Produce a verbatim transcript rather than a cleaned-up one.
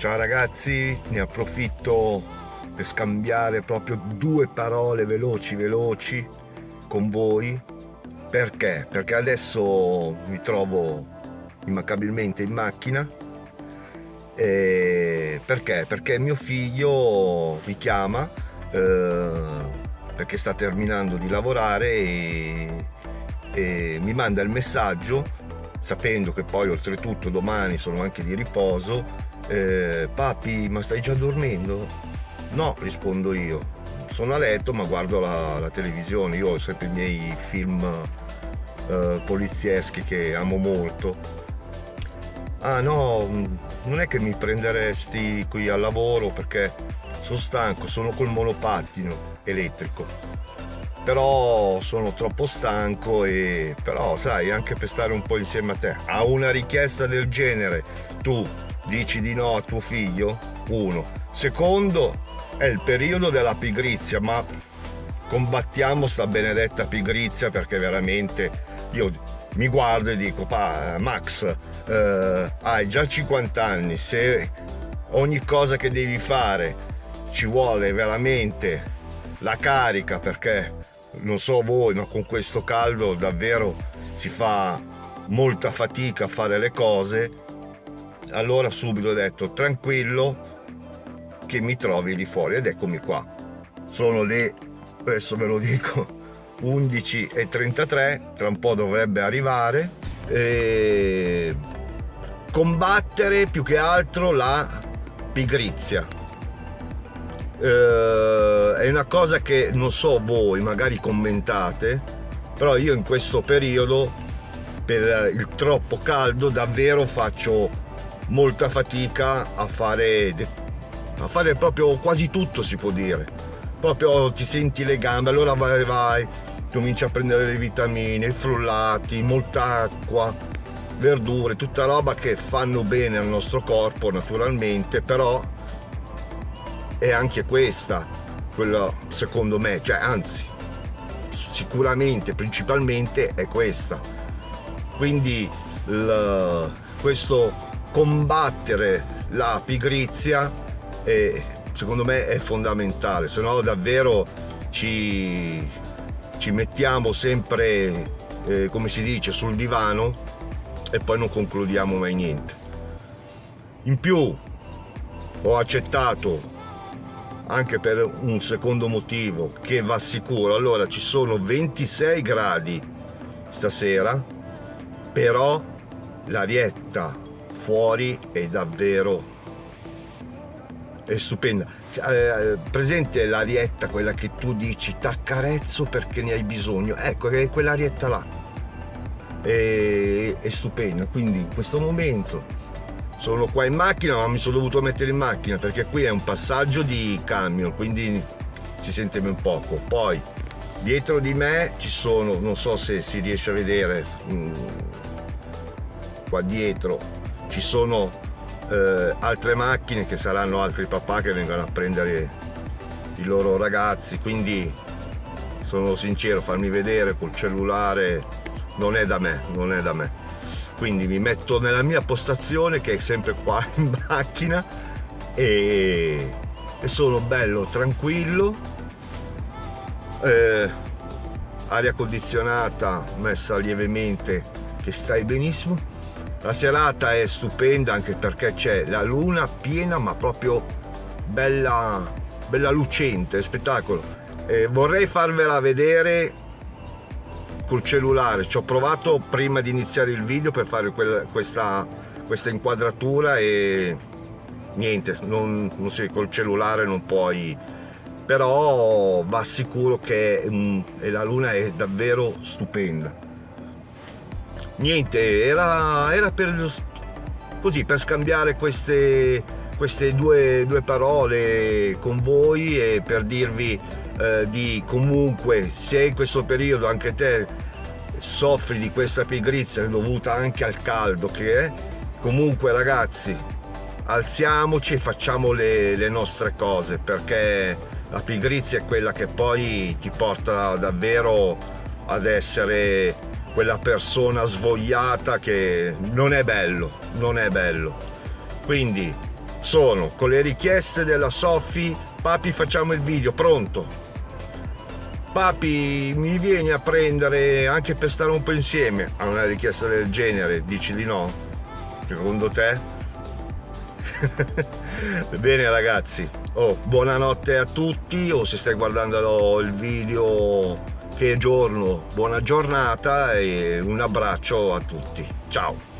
Ciao ragazzi, ne approfitto per scambiare proprio due parole veloci veloci con voi. Perché? Perché adesso mi trovo immancabilmente in macchina. E perché? Perché mio figlio mi chiama eh, perché sta terminando di lavorare e, e mi manda il messaggio, sapendo che poi oltretutto domani sono anche di riposo. eh, Papi, ma stai già dormendo? No, rispondo io, sono a letto ma guardo la, la televisione. Io ho sempre i miei film eh, polizieschi che amo molto. Ah no, non è che mi prenderesti qui al lavoro perché sono stanco, sono col monopattino elettrico. Però sono troppo stanco e però sai, anche per stare un po' insieme a te. A una richiesta del genere tu dici di no a tuo figlio? Uno. Secondo, è il periodo della pigrizia, ma combattiamo sta benedetta pigrizia perché veramente io mi guardo e dico, pa, Max, eh, hai già cinquanta anni, se ogni cosa che devi fare ci vuole veramente la carica, perché non so voi, ma con questo caldo davvero si fa molta fatica a fare le cose. Allora subito ho detto, tranquillo, che mi trovi lì fuori, ed eccomi qua. Sono le, adesso ve lo dico, undici e trentatré, tra un po' dovrebbe arrivare. E combattere più che altro la pigrizia. Eh, è una cosa che non so voi, magari commentate, però io in questo periodo, per il troppo caldo, davvero faccio molta fatica a fare, a fare proprio quasi tutto, si può dire. Proprio ti senti le gambe, allora vai, vai, cominci a prendere le vitamine, i frullati, molta acqua, verdure, tutta roba che fanno bene al nostro corpo naturalmente, però è anche questa, quella secondo me, cioè anzi, sicuramente, principalmente è questa. Quindi il, questo combattere la pigrizia è, secondo me è fondamentale, se no davvero ci, ci mettiamo sempre, eh, come si dice, sul divano e poi non concludiamo mai niente. In più ho accettato anche per un secondo motivo, che va sicuro. Allora, ci sono ventisei gradi stasera, però l'arietta fuori è davvero è stupenda. Eh, presente l'arietta, quella che tu dici t'accarezzo perché ne hai bisogno? Ecco, è quell'arietta là. È, è stupenda. Quindi in questo momento sono qua in macchina, ma mi sono dovuto mettere in macchina perché qui è un passaggio di camion, quindi si sente ben poco. Poi dietro di me ci sono, non so se si riesce a vedere, mh, qua dietro ci sono eh, altre macchine che saranno altri papà che vengono a prendere i loro ragazzi, quindi sono sincero, farmi vedere col cellulare non è da me, non è da me. Quindi mi metto nella mia postazione, che è sempre qua in macchina, e, e sono bello tranquillo, eh, aria condizionata messa lievemente, che stai benissimo. La serata è stupenda anche perché c'è la luna piena, ma proprio bella, bella lucente, spettacolo. Eh, vorrei farvela vedere col cellulare, ci ho provato prima di iniziare il video per fare quella, questa, questa inquadratura e niente, non, non si, col cellulare non puoi, però va sicuro che um, e la luna è davvero stupenda. Niente, era, era per così, per scambiare queste, queste due, due parole con voi e per dirvi eh, di comunque, se in questo periodo anche te soffri di questa pigrizia dovuta anche al caldo che è, comunque ragazzi, alziamoci e facciamo le, le nostre cose, perché la pigrizia è quella che poi ti porta davvero ad essere quella persona svogliata che non è bello, non è bello. Quindi sono con le richieste della Sofi: papi, facciamo il video, pronto? Papi, mi vieni a prendere anche per stare un po' insieme? A una richiesta del genere dici di no? Secondo te? Bene ragazzi, oh, buonanotte a tutti, o se stai guardando il video che è giorno, buona giornata e un abbraccio a tutti, ciao.